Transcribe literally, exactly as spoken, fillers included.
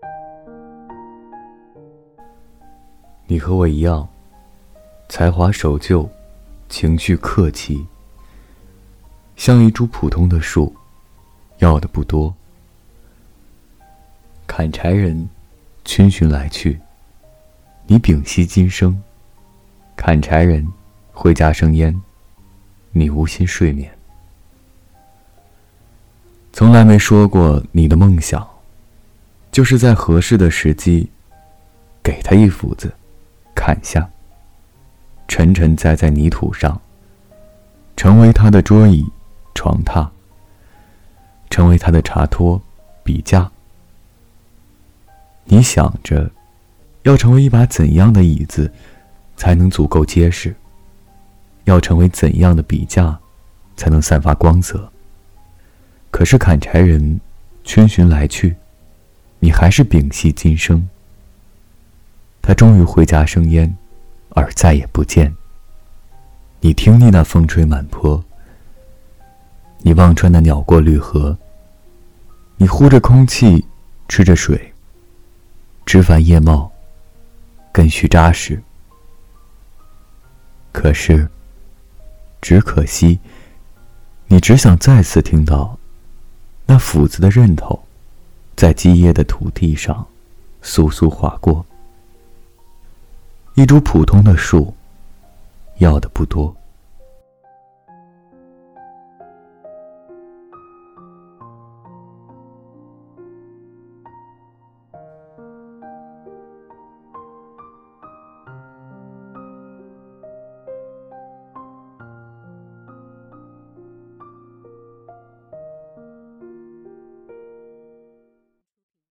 你和我一样，才华守旧，情绪客气，像一株普通的树，要的不多。砍柴人，逡巡来去，你屏息今生；砍柴人，回家生烟，你无心睡眠。从来没说过你的梦想，就是在合适的时机，给他一斧子，砍下，沉沉栽在泥土上，成为他的桌椅、床榻，成为他的茶托、笔架。你想着，要成为一把怎样的椅子，才能足够结实？要成为怎样的笔架，才能散发光泽？可是砍柴人逡巡来去，你还是屏息今生。他终于回家生烟，而再也不见。你听腻那风吹满坡，你望穿那鸟过绿河，你呼着空气，吃着水，枝繁叶茂，根须扎实。可是，只可惜，你只想再次听到那斧子的刃头在基业的土地上簌簌划过。一株普通的树，要的不多。